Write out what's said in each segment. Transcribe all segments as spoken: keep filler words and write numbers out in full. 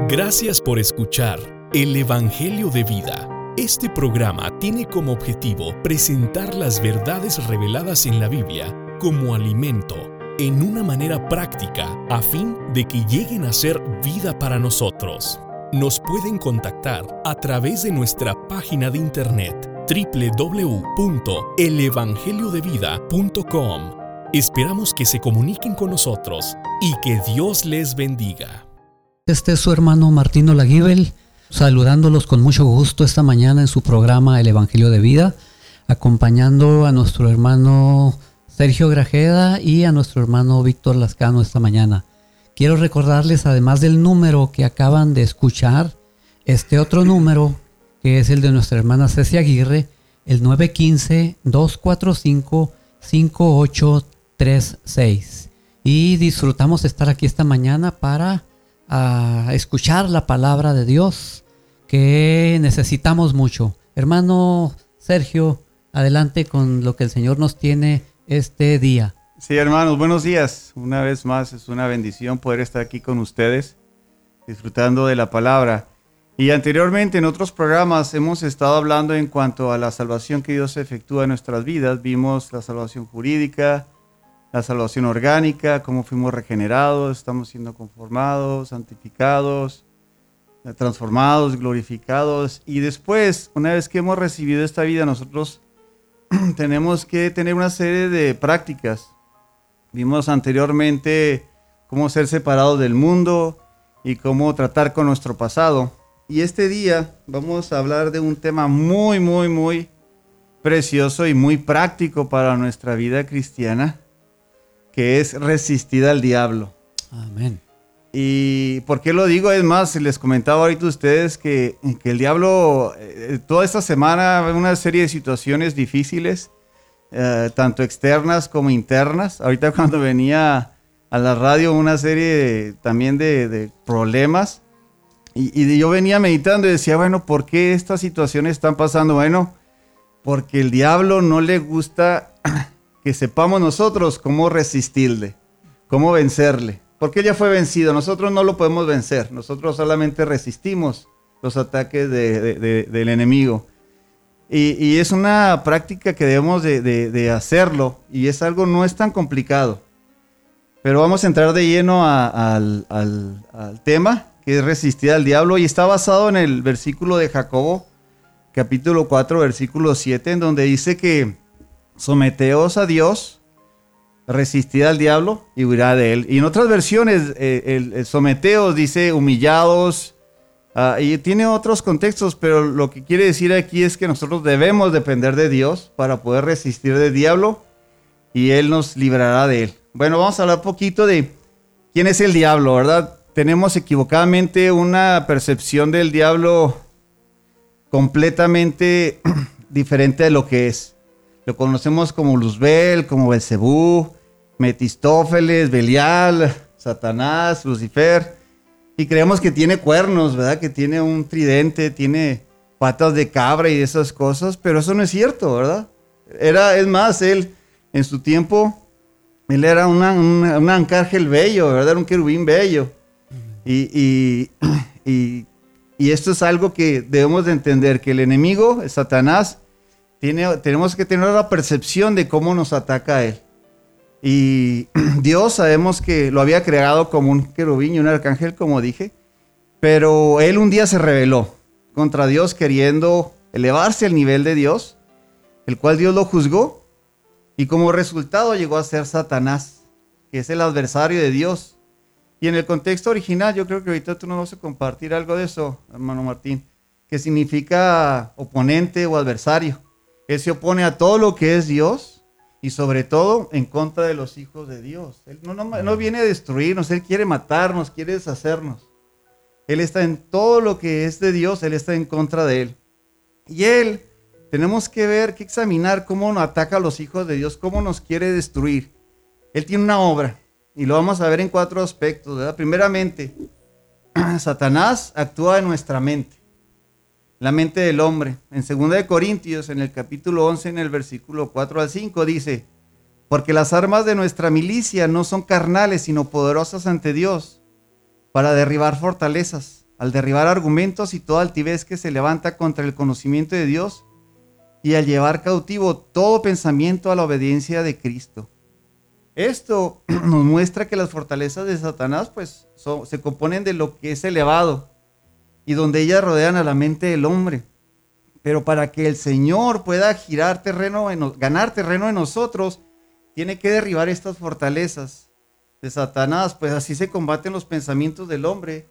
Gracias por escuchar el Evangelio de Vida. Este programa tiene como objetivo presentar las verdades reveladas en la Biblia como alimento, en una manera práctica, a fin de que lleguen a ser vida para nosotros. Nos pueden contactar a través de nuestra página de internet doble u doble u doble u punto el evangelio de vida punto com. Esperamos que se comuniquen con nosotros y que Dios les bendiga. Este es su hermano Martín Olaguibel, saludándolos con mucho gusto esta mañana en su programa El Evangelio de Vida, acompañando a nuestro hermano Sergio Grajeda y a nuestro hermano Víctor Lascano esta mañana. Quiero recordarles, además del número que acaban de escuchar, este otro número, que es el de nuestra hermana Ceci Aguirre, el nueve uno cinco, dos cuatro cinco, cinco ocho tres seis. Y disfrutamos de estar aquí esta mañana para a escuchar la palabra de Dios, que necesitamos mucho. Hermano Sergio, adelante con lo que el Señor nos tiene este día. Sí, hermanos, buenos días. Una vez más es una bendición poder estar aquí con ustedes, disfrutando de la palabra. Y anteriormente en otros programas hemos estado hablando en cuanto a la salvación que Dios efectúa en nuestras vidas. Vimos la salvación jurídica, la salvación orgánica, cómo fuimos regenerados, estamos siendo conformados, santificados, transformados, glorificados. Y después, una vez que hemos recibido esta vida, nosotros tenemos que tener una serie de prácticas. Vimos anteriormente cómo ser separados del mundo y cómo tratar con nuestro pasado. Y este día vamos a hablar de un tema muy, muy, muy precioso y muy práctico para nuestra vida cristiana, que es resistir al diablo. Amén. ¿Y por qué lo digo? Es más, les comentaba ahorita a ustedes que, que el diablo, eh, toda esta semana, una serie de situaciones difíciles, eh, tanto externas como internas. Ahorita cuando venía a la radio, una serie de, también de, de problemas. Y, y yo venía meditando y decía, bueno, ¿por qué estas situaciones están pasando? Bueno, porque el diablo no le gusta que sepamos nosotros cómo resistirle, cómo vencerle. Porque él ya fue vencido, nosotros no lo podemos vencer, nosotros solamente resistimos los ataques de, de, de, del enemigo. Y, y es una práctica que debemos de, de, de hacerlo, y es algo, no es tan complicado. Pero vamos a entrar de lleno a, a, al, al, al tema, que es resistir al diablo, y está basado en el versículo de Jacobo, capítulo cuatro, versículo siete, en donde dice que someteos a Dios, resistid al diablo y huirá de él. Y en otras versiones, eh, el, el someteos dice humillados, uh, y tiene otros contextos, pero lo que quiere decir aquí es que nosotros debemos depender de Dios para poder resistir del diablo y él nos librará de él. Bueno, vamos a hablar un poquito de quién es el diablo, ¿verdad? Tenemos equivocadamente una percepción del diablo completamente diferente de lo que es. Lo conocemos como Luzbel, como Belcebú, Metistófeles, Belial, Satanás, Lucifer. Y creemos que tiene cuernos, ¿verdad? Que tiene un tridente, tiene patas de cabra y esas cosas. Pero eso no es cierto, ¿verdad? Era, es más, él en su tiempo, él era una, una, un arcángel bello, ¿verdad? Era un querubín bello. Y, y, y, y esto es algo que debemos de entender, que el enemigo, el Satanás, Tiene, tenemos que tener la percepción de cómo nos ataca a él. Y Dios sabemos que lo había creado como un querubín y un arcángel, como dije, pero él un día se rebeló contra Dios, queriendo elevarse al nivel de Dios, el cual Dios lo juzgó, y como resultado llegó a ser Satanás, que es el adversario de Dios. Y en el contexto original, yo creo que ahorita tú nos vas a compartir algo de eso, hermano Martín, que significa oponente o adversario. Él se opone a todo lo que es Dios y sobre todo en contra de los hijos de Dios. Él no, no, no viene a destruirnos, Él quiere matarnos, quiere deshacernos. Él está en todo lo que es de Dios, Él está en contra de Él. Y Él, tenemos que ver, que examinar cómo nos ataca a los hijos de Dios, cómo nos quiere destruir. Él tiene una obra y lo vamos a ver en cuatro aspectos, ¿verdad? Primeramente, Satanás actúa en nuestra mente. La mente del hombre. En segunda de Corintios, en el capítulo once, en el versículo cuatro al cinco, dice: porque las armas de nuestra milicia no son carnales, sino poderosas ante Dios, para derribar fortalezas, al derribar argumentos y toda altivez que se levanta contra el conocimiento de Dios y al llevar cautivo todo pensamiento a la obediencia de Cristo. Esto nos muestra que las fortalezas de Satanás pues, son, se componen de lo que es elevado y donde ellas rodean a la mente del hombre. Pero para que el Señor pueda girar terreno, en, ganar terreno en nosotros, tiene que derribar estas fortalezas de Satanás, pues así se combaten los pensamientos del hombre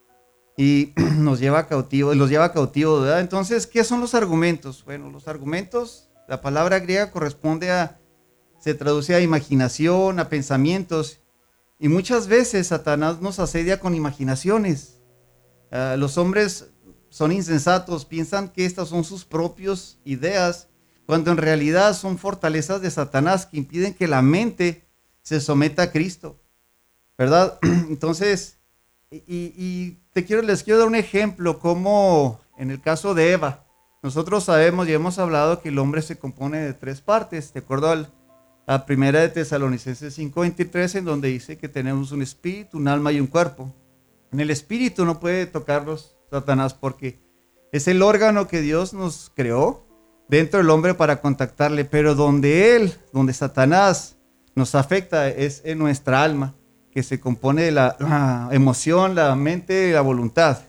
y nos lleva cautivo, los lleva cautivos, ¿verdad? Entonces, ¿qué son los argumentos? Bueno, los argumentos, la palabra griega corresponde a, se traduce a imaginación, a pensamientos, y muchas veces Satanás nos asedia con imaginaciones. Uh, los hombres son insensatos, piensan que estas son sus propias ideas, cuando en realidad son fortalezas de Satanás que impiden que la mente se someta a Cristo, ¿verdad? Entonces, y, y te quiero, les quiero dar un ejemplo, como en el caso de Eva. Nosotros sabemos y hemos hablado que el hombre se compone de tres partes, de acuerdo al, a primera de Tesalonicenses cinco veintitrés, en donde dice que tenemos un espíritu, un alma y un cuerpo. En el espíritu no puede tocarlos Satanás porque es el órgano que Dios nos creó dentro del hombre para contactarle, pero donde él, donde Satanás nos afecta es en nuestra alma, que se compone de la, la emoción, la mente y la voluntad.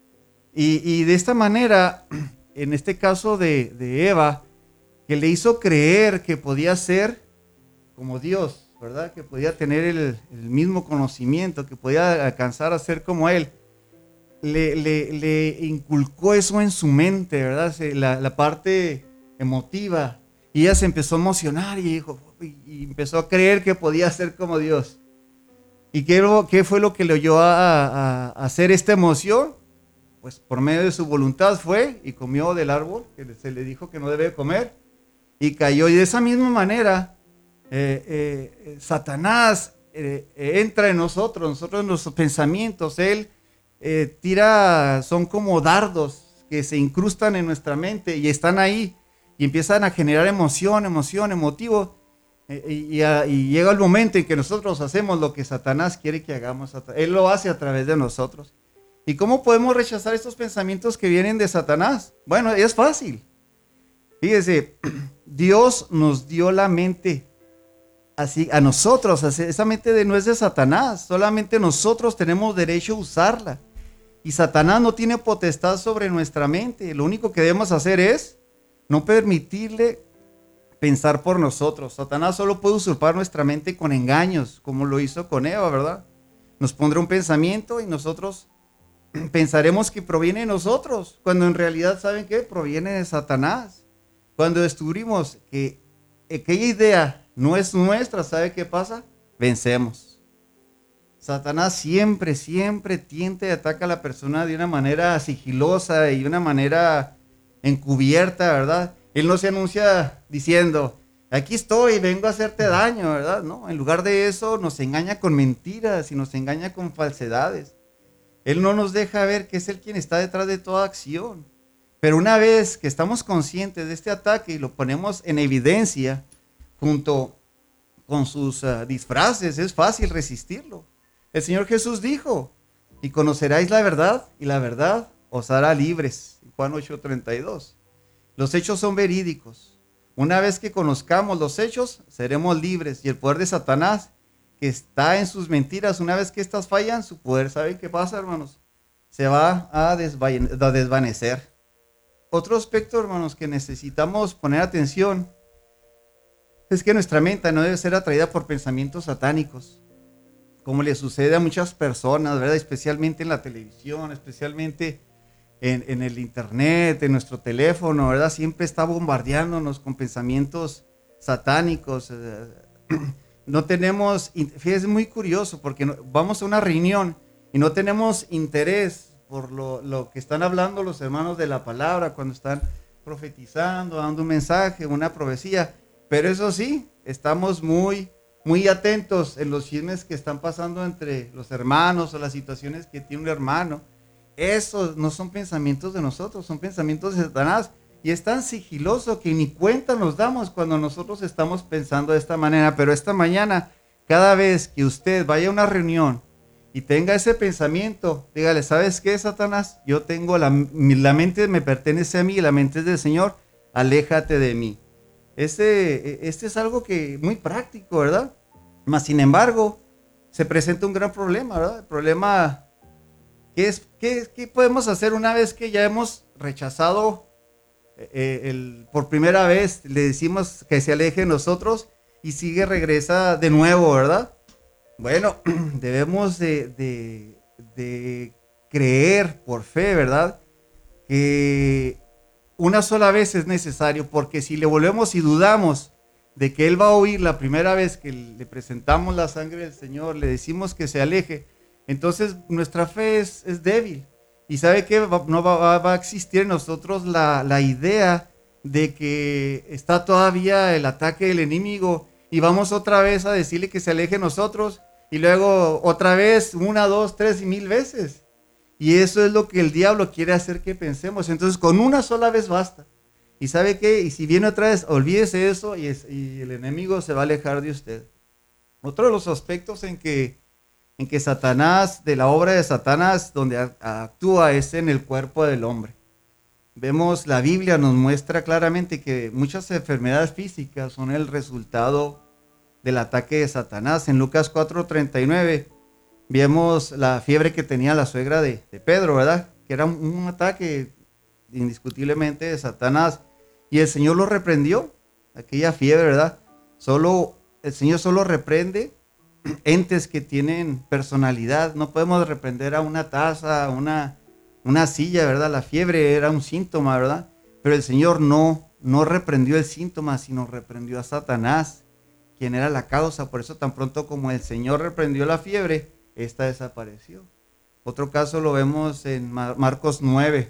Y, y de esta manera, en este caso de, de Eva, que le hizo creer que podía ser como Dios, ¿verdad? Que podía tener el, el mismo conocimiento, que podía alcanzar a ser como Él. Le, le, le inculcó eso en su mente, ¿verdad? La, la parte emotiva. Y ella se empezó a emocionar y dijo, y empezó a creer que podía ser como Dios. ¿Y qué, qué fue lo que le oyó a, a, a hacer esta emoción? Pues por medio de su voluntad fue y comió del árbol que se le dijo que no debe comer y cayó. Y de esa misma manera eh, eh, Satanás eh, entra en nosotros, nosotros en nuestros pensamientos. Él eh, tira, son como dardos que se incrustan en nuestra mente y están ahí y empiezan a generar emoción, emoción, emotivo. Y, y, y llega el momento en que nosotros hacemos lo que Satanás quiere que hagamos. Él lo hace a través de nosotros. ¿Y cómo podemos rechazar estos pensamientos que vienen de Satanás? Bueno, es fácil. Fíjese, Dios nos dio la mente así a nosotros. Esa mente de, no es de Satanás. Solamente nosotros tenemos derecho a usarla. Y Satanás no tiene potestad sobre nuestra mente. Lo único que debemos hacer es no permitirle pensar por nosotros. Satanás solo puede usurpar nuestra mente con engaños, como lo hizo con Eva, ¿verdad? Nos pondrá un pensamiento y nosotros pensaremos que proviene de nosotros, cuando en realidad, ¿saben qué? Proviene de Satanás. Cuando descubrimos que aquella idea no es nuestra, ¿sabe qué pasa? Vencemos. Satanás siempre, siempre tienta y ataca a la persona de una manera sigilosa y de una manera encubierta, ¿verdad? Él no se anuncia diciendo, aquí estoy, vengo a hacerte daño, ¿verdad? No, en lugar de eso nos engaña con mentiras y nos engaña con falsedades. Él no nos deja ver que es Él quien está detrás de toda acción. Pero una vez que estamos conscientes de este ataque y lo ponemos en evidencia junto con sus uh, disfraces, es fácil resistirlo. El Señor Jesús dijo, y conoceráis la verdad, y la verdad os hará libres. Juan ocho treinta y dos. Los hechos son verídicos. Una vez que conozcamos los hechos, seremos libres. Y el poder de Satanás, que está en sus mentiras, una vez que estas fallan, su poder, ¿saben qué pasa, hermanos? Se va a, desvane- a desvanecer. Otro aspecto, hermanos, que necesitamos poner atención es que nuestra mente no debe ser atraída por pensamientos satánicos, como le sucede a muchas personas, ¿verdad? Especialmente en la televisión, especialmente En, en el internet, en nuestro teléfono, ¿verdad? Siempre está bombardeándonos con pensamientos satánicos. No tenemos, fíjese, es muy curioso porque vamos a una reunión y no tenemos interés por lo, lo que están hablando los hermanos de la palabra cuando están profetizando, dando un mensaje, una profecía. Pero eso sí, estamos muy, muy atentos en los chismes que están pasando entre los hermanos o las situaciones que tiene un hermano. Esos no son pensamientos de nosotros, son pensamientos de Satanás. Y es tan sigiloso que ni cuenta nos damos cuando nosotros estamos pensando de esta manera. Pero esta mañana, cada vez que usted vaya a una reunión y tenga ese pensamiento, dígale, ¿sabes qué, Satanás? Yo tengo, la, mi, la mente me pertenece a mí, la mente es del Señor, aléjate de mí. Este, este es algo que muy práctico, ¿verdad? Mas, sin embargo, se presenta un gran problema, ¿verdad? El problema, ¿qué, es, qué, qué podemos hacer una vez que ya hemos rechazado eh, el, por primera vez, le decimos que se aleje de nosotros y sigue, regresa de nuevo, ¿verdad? Bueno, debemos de, de, de creer por fe, ¿verdad? Que una sola vez es necesario, porque si le volvemos y dudamos de que Él va a oír la primera vez que le presentamos la sangre del Señor, le decimos que se aleje, entonces nuestra fe es, es débil. Y ¿sabe qué? No va, va a existir en nosotros la, la idea de que está todavía el ataque del enemigo y vamos otra vez a decirle que se aleje de nosotros y luego otra vez, una, dos, tres y mil veces. Y eso es lo que el diablo quiere hacer que pensemos. Entonces, con una sola vez basta. ¿Y sabe qué? Y si viene otra vez, olvídese eso y, es, y el enemigo se va a alejar de usted. Otro de los aspectos en que, en que Satanás, de la obra de Satanás, donde a, actúa es en el cuerpo del hombre. Vemos, la Biblia nos muestra claramente que muchas enfermedades físicas son el resultado del ataque de Satanás. En Lucas cuatro treinta y nueve vemos la fiebre que tenía la suegra de, de Pedro, ¿verdad? Que era un, un ataque indiscutiblemente de Satanás. Y el Señor lo reprendió, aquella fiebre, ¿verdad? Solo, el Señor solo reprende entes que tienen personalidad. No podemos reprender a una taza, a una, una silla, ¿verdad? La fiebre era un síntoma, ¿verdad? Pero el Señor no, no reprendió el síntoma, sino reprendió a Satanás, quien era la causa. Por eso tan pronto como el Señor reprendió la fiebre, esta desapareció. Otro caso lo vemos en Marcos nueve.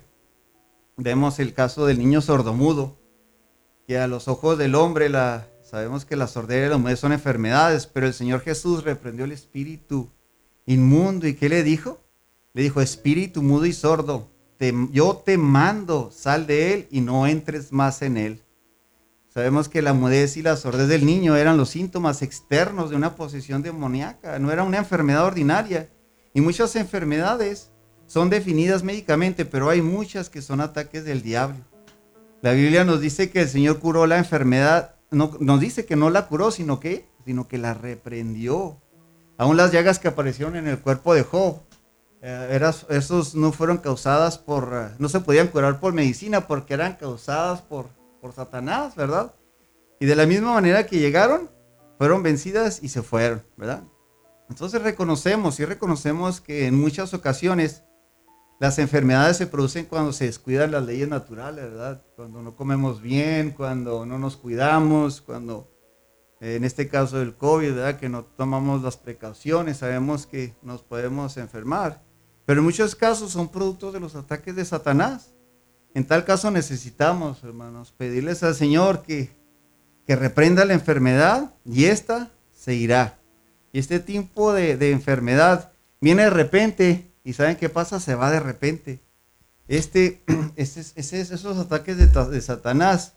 Vemos el caso del niño sordomudo, que a los ojos del hombre, la, sabemos que la sordera y la mudez son enfermedades, pero el Señor Jesús reprendió el espíritu inmundo. ¿Y qué le dijo? Le dijo, espíritu mudo y sordo, te, yo te mando, sal de él y no entres más en él. Sabemos que la mudez y la sordez del niño eran los síntomas externos de una posesión demoníaca, no era una enfermedad ordinaria. Y muchas enfermedades son definidas médicamente, pero hay muchas que son ataques del diablo. La Biblia nos dice que el Señor curó la enfermedad, no, nos dice que no la curó, sino que, sino que la reprendió. Aún las llagas que aparecieron en el cuerpo de Job, eh, eras, esos no fueron causadas por, uh, no se podían curar por medicina, porque eran causadas por, por Satanás, ¿verdad? Y de la misma manera que llegaron, fueron vencidas y se fueron, ¿verdad? Entonces reconocemos y reconocemos que en muchas ocasiones las enfermedades se producen cuando se descuidan las leyes naturales, ¿verdad? Cuando no comemos bien, cuando no nos cuidamos, cuando, eh, en este caso del COVID, ¿verdad? Que no tomamos las precauciones, sabemos que nos podemos enfermar. Pero en muchos casos son productos de los ataques de Satanás. En tal caso necesitamos, hermanos, pedirles al Señor que, que reprenda la enfermedad y esta se irá. Y este tipo de, de enfermedad viene de repente. ¿Y saben qué pasa? Se va de repente. Este, este, este, esos ataques de, de Satanás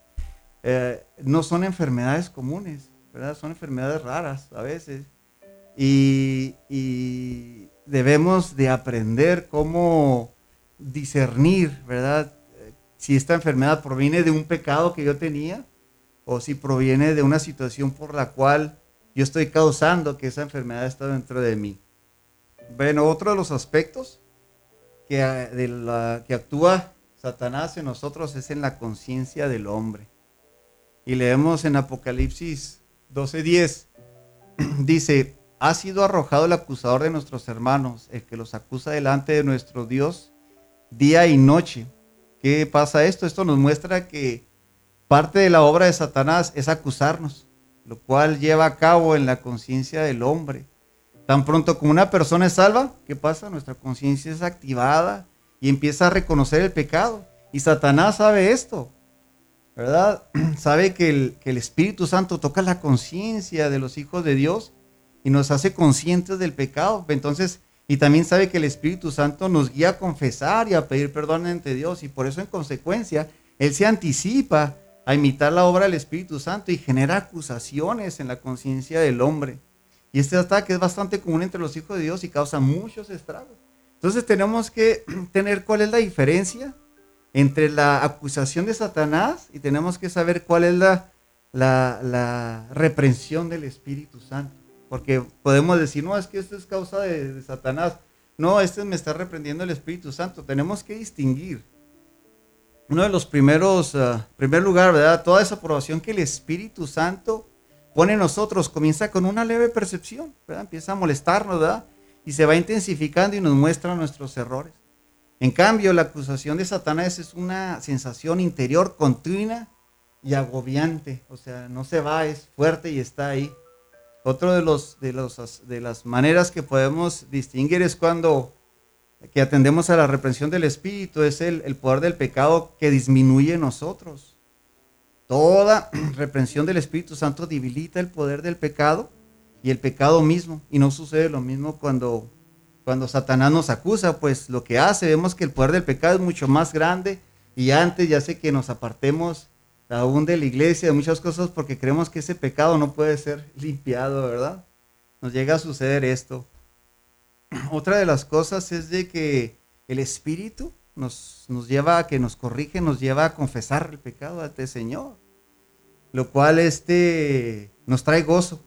eh, no son enfermedades comunes, ¿verdad? Son enfermedades raras a veces. Y, y debemos de aprender cómo discernir, ¿verdad? Si esta enfermedad proviene de un pecado que yo tenía o si proviene de una situación por la cual yo estoy causando que esa enfermedad está dentro de mí. Bueno, otro de los aspectos que, de la, que actúa Satanás en nosotros es en la conciencia del hombre. Y leemos en Apocalipsis doce diez, dice, ha sido arrojado el acusador de nuestros hermanos, el que los acusa delante de nuestro Dios día y noche. ¿Qué pasa esto? Esto nos muestra que parte de la obra de Satanás es acusarnos, lo cual lleva a cabo en la conciencia del hombre. Tan pronto como una persona es salva, ¿qué pasa? Nuestra conciencia es activada y empieza a reconocer el pecado. Y Satanás sabe esto, ¿verdad? Sabe que el, que el Espíritu Santo toca la conciencia de los hijos de Dios y nos hace conscientes del pecado. Entonces, y también sabe que el Espíritu Santo nos guía a confesar y a pedir perdón ante Dios. Y por eso, en consecuencia, Él se anticipa a imitar la obra del Espíritu Santo y genera acusaciones en la conciencia del hombre. Y este ataque es bastante común entre los hijos de Dios y causa muchos estragos. Entonces tenemos que tener cuál es la diferencia entre la acusación de Satanás y tenemos que saber cuál es la, la, la reprensión del Espíritu Santo. Porque podemos decir, no, es que esto es causa de, de Satanás. No, este me está reprendiendo el Espíritu Santo. Tenemos que distinguir. Uno de los primeros, uh, primer lugar, ¿verdad? Toda esa aprobación que el Espíritu Santo pone en nosotros comienza con una leve percepción, ¿verdad? Empieza a molestarnos, ¿verdad? Y se va intensificando y nos muestra nuestros errores. En cambio, la acusación de Satanás es una sensación interior continua y agobiante. O sea, no se va, es fuerte y está ahí. Otro de, los, de, los, de las maneras que podemos distinguir es cuando que atendemos a la reprensión del Espíritu, es el, el poder del pecado que disminuye en nosotros. Toda reprensión del Espíritu Santo debilita el poder del pecado y el pecado mismo. Y no sucede lo mismo cuando, cuando Satanás nos acusa, pues lo que hace, vemos que el poder del pecado es mucho más grande y antes ya hace que nos apartemos aún de la iglesia, de muchas cosas, porque creemos que ese pecado no puede ser limpiado, ¿verdad? Nos llega a suceder esto. Otra de las cosas es de que el Espíritu nos, nos lleva a que nos corrige, nos lleva a confesar el pecado ante el Señor, lo cual este, nos trae gozo.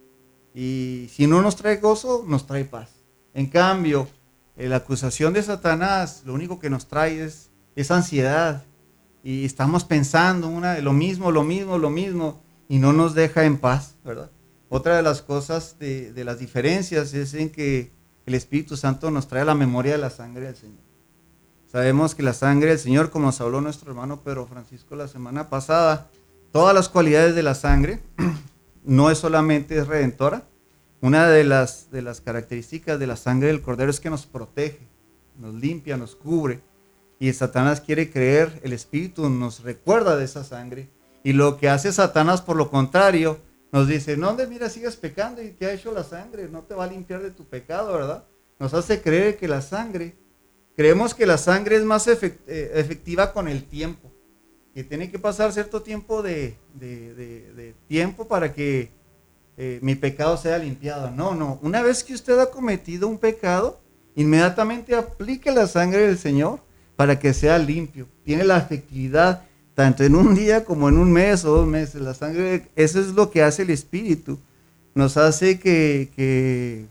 Y si no nos trae gozo, nos trae paz. En cambio, la acusación de Satanás, lo único que nos trae es, es ansiedad. Y estamos pensando una, lo mismo, lo mismo, lo mismo, y no nos deja en paz, ¿verdad? Otra de las cosas, de, de las diferencias, es en que el Espíritu Santo nos trae a la memoria de la sangre del Señor. Sabemos que la sangre del Señor, como nos habló nuestro hermano Pedro Francisco la semana pasada, todas las cualidades de la sangre, no es solamente es redentora. Una de las, de las características de la sangre del Cordero es que nos protege, nos limpia, nos cubre. Y Satanás quiere creer, el Espíritu nos recuerda de esa sangre. Y lo que hace Satanás, por lo contrario, nos dice, no, mira, sigues pecando y ¿qué ha hecho la sangre? No te va a limpiar de tu pecado, ¿verdad? Nos hace creer que la sangre, creemos que la sangre es más efectiva con el tiempo. Que tiene que pasar cierto tiempo de, de, de, de tiempo para que eh, mi pecado sea limpiado. No, no. Una vez que usted ha cometido un pecado, inmediatamente aplique la sangre del Señor para que sea limpio. Tiene la efectividad tanto en un día como en un mes o dos meses. La sangre, eso es lo que hace el Espíritu. Nos hace que, que,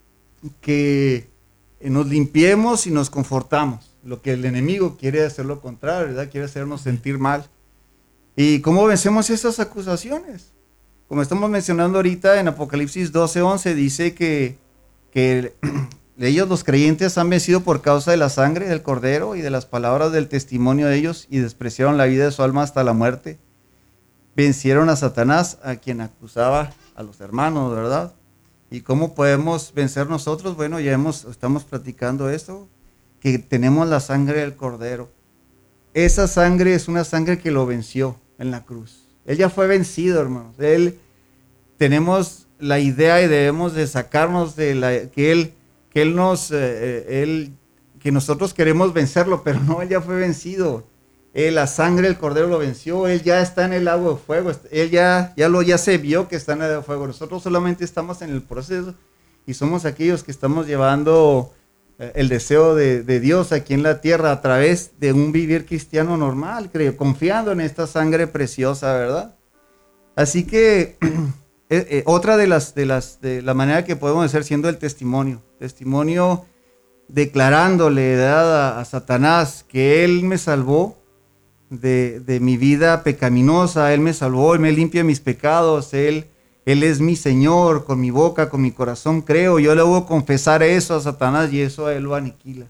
que nos limpiemos y nos confortamos. Lo que el enemigo quiere hacer lo contrario, ¿verdad? Quiere hacernos sentir mal. ¿Y cómo vencemos esas acusaciones? Como estamos mencionando ahorita en Apocalipsis doce once, dice que, que ellos, los creyentes, han vencido por causa de la sangre del Cordero y de las palabras del testimonio de ellos y despreciaron la vida de su alma hasta la muerte. Vencieron a Satanás, a quien acusaba a los hermanos, ¿verdad? ¿Y cómo podemos vencer nosotros? Bueno, ya hemos, estamos platicando esto, que tenemos la sangre del Cordero. Esa sangre es una sangre que lo venció en la cruz. Él ya fue vencido, hermanos. Él, tenemos la idea y debemos de sacarnos de la, que Él, que Él nos, eh, él, que nosotros queremos vencerlo, pero no, Él ya fue vencido. Él, la sangre del Cordero lo venció. Él ya está en el lago de fuego. Él ya, ya, lo, ya se vio que está en el lago de fuego. Nosotros solamente estamos en el proceso y somos aquellos que estamos llevando el deseo de, de Dios aquí en la tierra a través de un vivir cristiano normal, creo, confiando en esta sangre preciosa, ¿verdad? Así que eh, eh, otra de las, de las, de la manera que podemos hacer siendo el testimonio, testimonio declarándole, ¿verdad?, a, a Satanás que Él me salvó de, de mi vida pecaminosa, Él me salvó, Él me limpia mis pecados, Él Él es mi Señor, con mi boca, con mi corazón creo. Yo le voy a confesar eso a Satanás y eso a Él lo aniquila.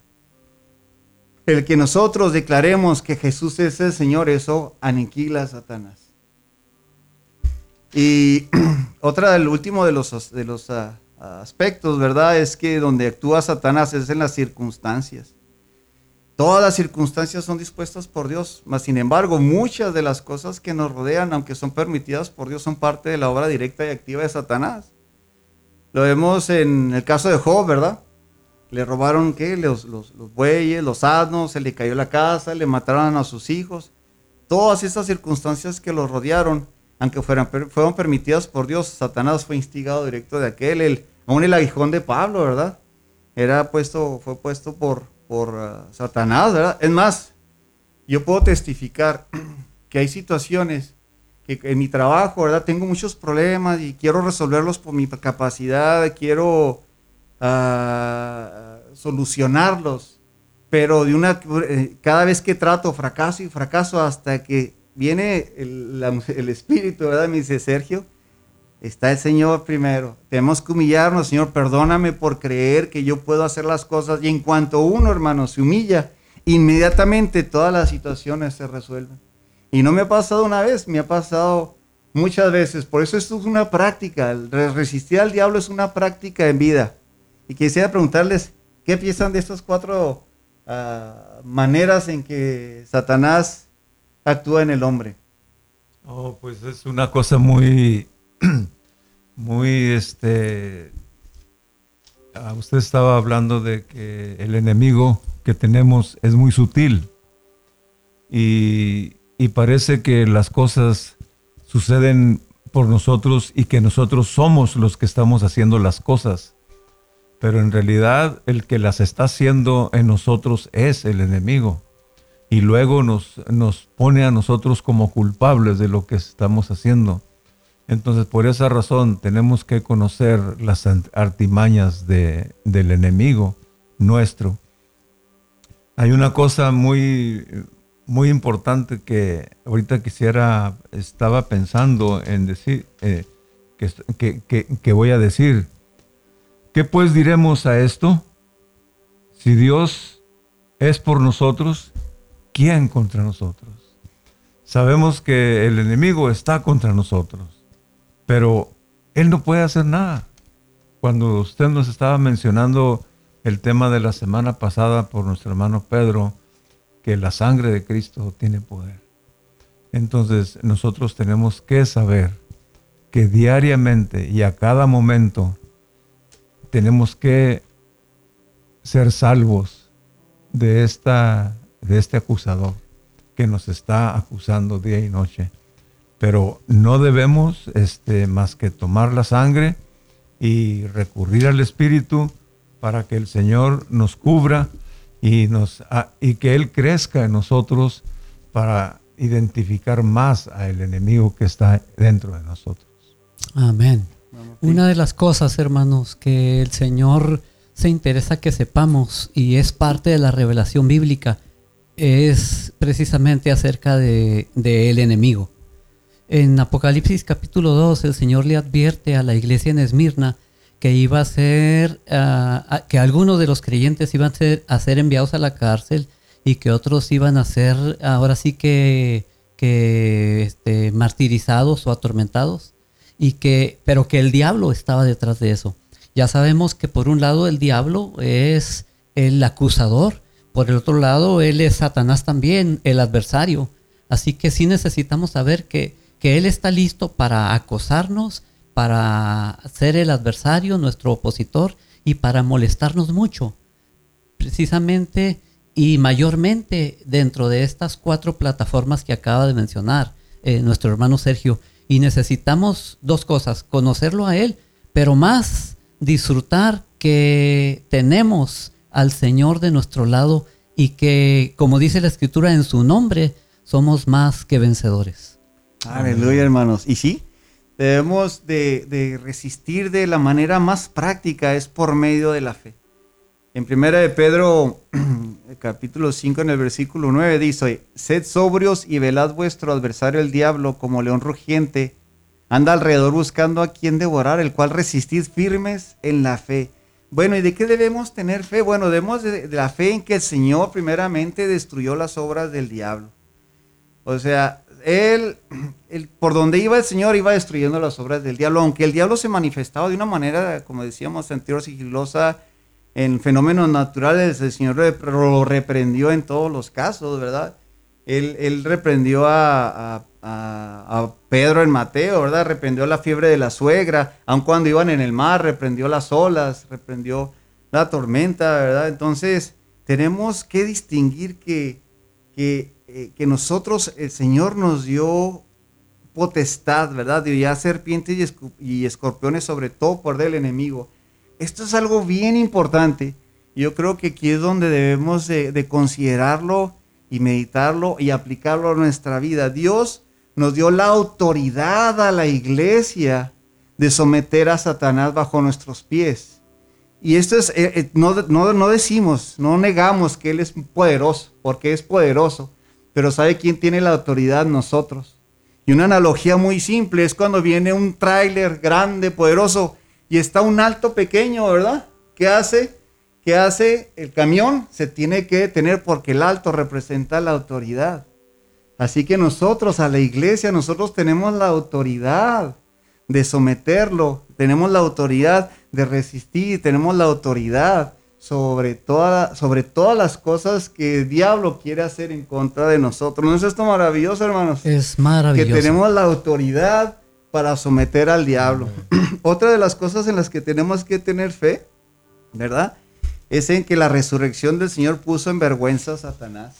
El que nosotros declaremos que Jesús es el Señor, eso aniquila a Satanás. Y otra del último de los, de los uh, aspectos, ¿verdad? Es que donde actúa Satanás es en las circunstancias. Todas las circunstancias son dispuestas por Dios, mas sin embargo, muchas de las cosas que nos rodean, aunque son permitidas por Dios, son parte de la obra directa y activa de Satanás. Lo vemos en el caso de Job, ¿verdad? Le robaron, ¿qué? Los, los, los bueyes, los asnos, se le cayó la casa, le mataron a sus hijos. Todas esas circunstancias que lo rodearon aunque fueran, fueron permitidas por Dios, Satanás fue instigado directo de aquel, el, aún el aguijón de Pablo, ¿verdad? Era puesto, fue puesto por, por uh, Satanás, ¿verdad? Es más, yo puedo testificar que hay situaciones que en mi trabajo, ¿verdad? Tengo muchos problemas y quiero resolverlos por mi capacidad, quiero uh, solucionarlos, pero de una, cada vez que trato fracaso y fracaso hasta que viene el, la, el Espíritu, ¿verdad? Me dice, Sergio, está el Señor primero. Tenemos que humillarnos, Señor, perdóname por creer que yo puedo hacer las cosas. Y en cuanto uno, hermano, se humilla, inmediatamente todas las situaciones se resuelven. Y no me ha pasado una vez, me ha pasado muchas veces. Por eso esto es una práctica. El resistir al diablo es una práctica en vida. Y quisiera preguntarles, ¿qué piensan de estas cuatro uh, maneras en que Satanás actúa en el hombre? Oh, pues es una cosa muy, muy, este, uh, usted estaba hablando de que el enemigo que tenemos es muy sutil y, y parece que las cosas suceden por nosotros y que nosotros somos los que estamos haciendo las cosas, pero en realidad el que las está haciendo en nosotros es el enemigo. Y luego nos, nos pone a nosotros como culpables de lo que estamos haciendo. Entonces, por esa razón, tenemos que conocer las artimañas de, del enemigo nuestro. Hay una cosa muy, muy importante que ahorita quisiera, estaba pensando en decir, eh, que, que, que, que voy a decir. ¿Qué pues diremos a esto? Si Dios es por nosotros, ¿quién contra nosotros? Sabemos que el enemigo está contra nosotros, pero él no puede hacer nada. Cuando usted nos estaba mencionando el tema de la semana pasada por nuestro hermano Pedro, que la sangre de Cristo tiene poder. Entonces nosotros tenemos que saber que diariamente y a cada momento tenemos que ser salvos de esta de este acusador que nos está acusando día y noche. Pero no debemos este, más que tomar la sangre y recurrir al Espíritu para que el Señor nos cubra y, nos, y que Él crezca en nosotros para identificar más al enemigo que está dentro de nosotros. Amén. Una de las cosas, hermanos, que el Señor se interesa que sepamos y es parte de la revelación bíblica es precisamente acerca de, de el enemigo. En Apocalipsis capítulo dos, el Señor le advierte a la iglesia en Esmirna que iba a ser, uh, que algunos de los creyentes iban a ser, a ser enviados a la cárcel y que otros iban a ser, ahora sí que, que este, martirizados o atormentados, y que, pero que el diablo estaba detrás de eso. Ya sabemos que por un lado el diablo es el acusador, por el otro lado él es Satanás también, el adversario. Así que sí necesitamos saber que, que él está listo para acosarnos, para ser el adversario, nuestro opositor, y para molestarnos mucho. Precisamente y mayormente dentro de estas cuatro plataformas que acaba de mencionar eh, nuestro hermano Sergio. Y necesitamos dos cosas, conocerlo a él, pero más disfrutar que tenemos al Señor de nuestro lado y que, como dice la Escritura, en su nombre somos más que vencedores. Aleluya, hermanos. Y sí, debemos de, de resistir de la manera más práctica, es por medio de la fe. En primera de Pedro, capítulo cinco, en el versículo nueve, dice: sed sobrios y velad vuestro adversario el diablo, como león rugiente, anda alrededor buscando a quien devorar, el cual resistid firmes en la fe. Bueno, ¿y de qué debemos tener fe? Bueno, debemos de, de la fe en que el Señor primeramente destruyó las obras del diablo. O sea, él, él, por donde iba el Señor, iba destruyendo las obras del diablo, aunque el diablo se manifestaba de una manera, como decíamos, anterior, sigilosa, en fenómenos naturales. El Señor lo reprendió en todos los casos, ¿verdad? Él, él reprendió a, a, a, a Pedro en Mateo, ¿verdad? Reprendió la fiebre de la suegra, aun cuando iban en el mar, reprendió las olas, reprendió la tormenta, ¿verdad? Entonces, tenemos que distinguir que, que, eh, que nosotros, el Señor nos dio potestad, ¿verdad? De hollar serpientes y, escu- y escorpiones, sobre todo por del enemigo. Esto es algo bien importante. Yo creo que aquí es donde debemos de, de considerarlo y meditarlo y aplicarlo a nuestra vida. Dios nos dio la autoridad a la iglesia de someter a Satanás bajo nuestros pies. Y esto es, eh, eh, no, no, no decimos, no negamos que Él es poderoso, porque es poderoso, pero ¿sabe quién tiene la autoridad? Nosotros. Y una analogía muy simple es cuando viene un tráiler grande, poderoso, y está un alto pequeño, ¿verdad? ¿Qué hace? ¿Qué hace el camión? Se tiene que detener porque el alto representa la autoridad. Así que nosotros, a la iglesia, nosotros tenemos la autoridad de someterlo, tenemos la autoridad de resistir, tenemos la autoridad sobre, toda, sobre todas las cosas que el diablo quiere hacer en contra de nosotros. ¿No es esto maravilloso, hermanos? Es maravilloso. Que tenemos la autoridad para someter al diablo. Otra de las cosas en las que tenemos que tener fe, ¿verdad? Es en que la resurrección del Señor puso en vergüenza a Satanás.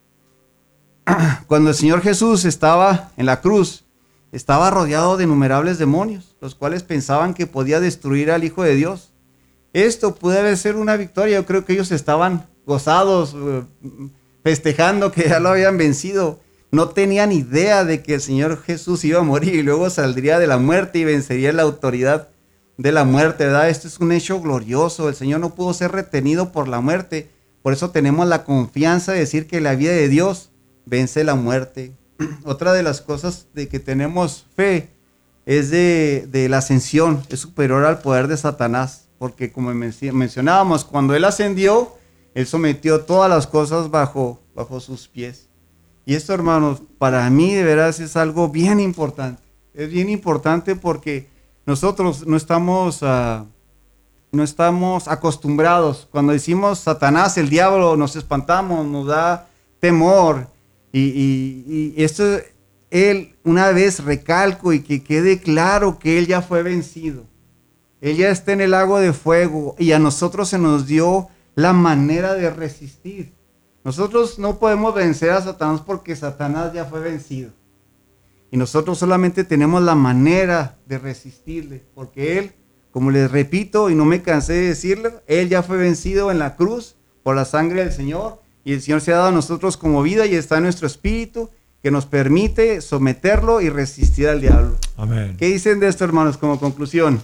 Cuando el Señor Jesús estaba en la cruz, estaba rodeado de innumerables demonios, los cuales pensaban que podía destruir al Hijo de Dios. Esto puede ser una victoria. Yo creo que ellos estaban gozados, festejando que ya lo habían vencido. No tenían idea de que el Señor Jesús iba a morir y luego saldría de la muerte y vencería la autoridad de la muerte, ¿verdad? Esto es un hecho glorioso. El Señor no pudo ser retenido por la muerte. Por eso tenemos la confianza de decir que la vida de Dios vence la muerte. Otra de las cosas de que tenemos fe es de, de la ascensión. Es superior al poder de Satanás. Porque como mencionábamos, cuando Él ascendió, Él sometió todas las cosas bajo, bajo sus pies. Y esto, hermanos, para mí de veras es algo bien importante. Es bien importante porque nosotros no estamos, uh, no estamos acostumbrados. Cuando decimos Satanás, el diablo, nos espantamos, nos da temor. Y, y, y esto, Él, una vez recalco y que quede claro que Él ya fue vencido. Él ya está en el lago de fuego y a nosotros se nos dio la manera de resistir. Nosotros no podemos vencer a Satanás porque Satanás ya fue vencido. Y nosotros solamente tenemos la manera de resistirle, porque Él, como les repito y no me cansé de decirlo, Él ya fue vencido en la cruz por la sangre del Señor, y el Señor se ha dado a nosotros como vida y está en nuestro espíritu que nos permite someterlo y resistir al diablo. Amén. ¿Qué dicen de esto, hermanos, como conclusión?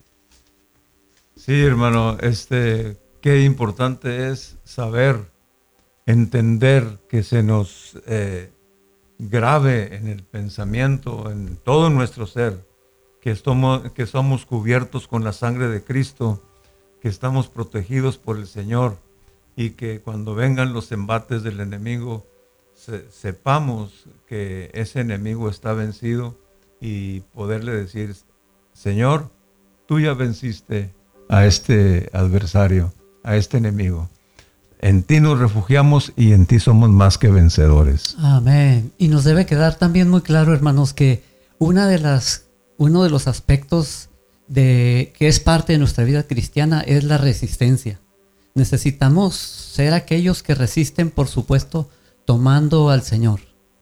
Sí, hermano, este, qué importante es saber, entender, que se nos eh, grave en el pensamiento, en todo nuestro ser, que somos, que somos cubiertos con la sangre de Cristo, que estamos protegidos por el Señor y que cuando vengan los embates del enemigo, se, sepamos que ese enemigo está vencido y poderle decir, Señor, tú ya venciste a este adversario, a este enemigo. En ti nos refugiamos y en ti somos más que vencedores. Amén. Y nos debe quedar también muy claro, hermanos, que una de las, uno de los aspectos de que es parte de nuestra vida cristiana es la resistencia. Necesitamos ser aquellos que resisten, por supuesto, tomando al Señor.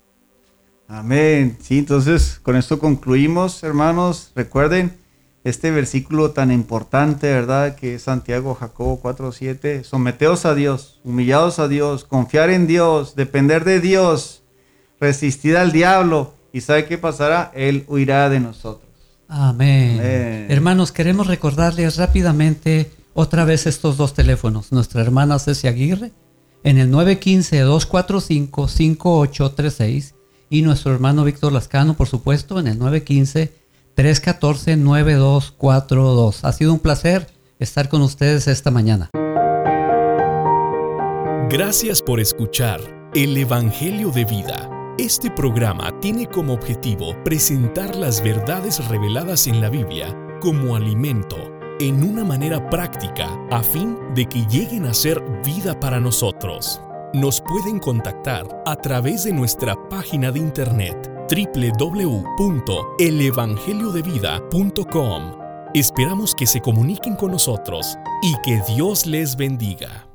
Amén. Sí, entonces con esto concluimos, hermanos. Recuerden este versículo tan importante, ¿verdad? Que es Santiago, Jacobo cuatro siete. Someteos a Dios, humillaos a Dios, confiar en Dios, depender de Dios, resistir al diablo. ¿Y sabe qué pasará? Él huirá de nosotros. Amén. Amén. Hermanos, queremos recordarles rápidamente otra vez estos dos teléfonos. Nuestra hermana Ceci Aguirre en el nueve uno cinco, dos cuatro cinco, cinco ocho tres seis y nuestro hermano Víctor Lascano, por supuesto, en el nueve uno cinco, tres uno cuatro, nueve dos cuatro dos. Ha sido un placer estar con ustedes esta mañana. Gracias por escuchar el Evangelio de Vida. Este programa tiene como objetivo presentar las verdades reveladas en la Biblia como alimento, en una manera práctica, a fin de que lleguen a ser vida para nosotros. Nos pueden contactar a través de nuestra página de internet doble u doble u doble u punto el evangelio de vida punto com. Esperamos que se comuniquen con nosotros y que Dios les bendiga.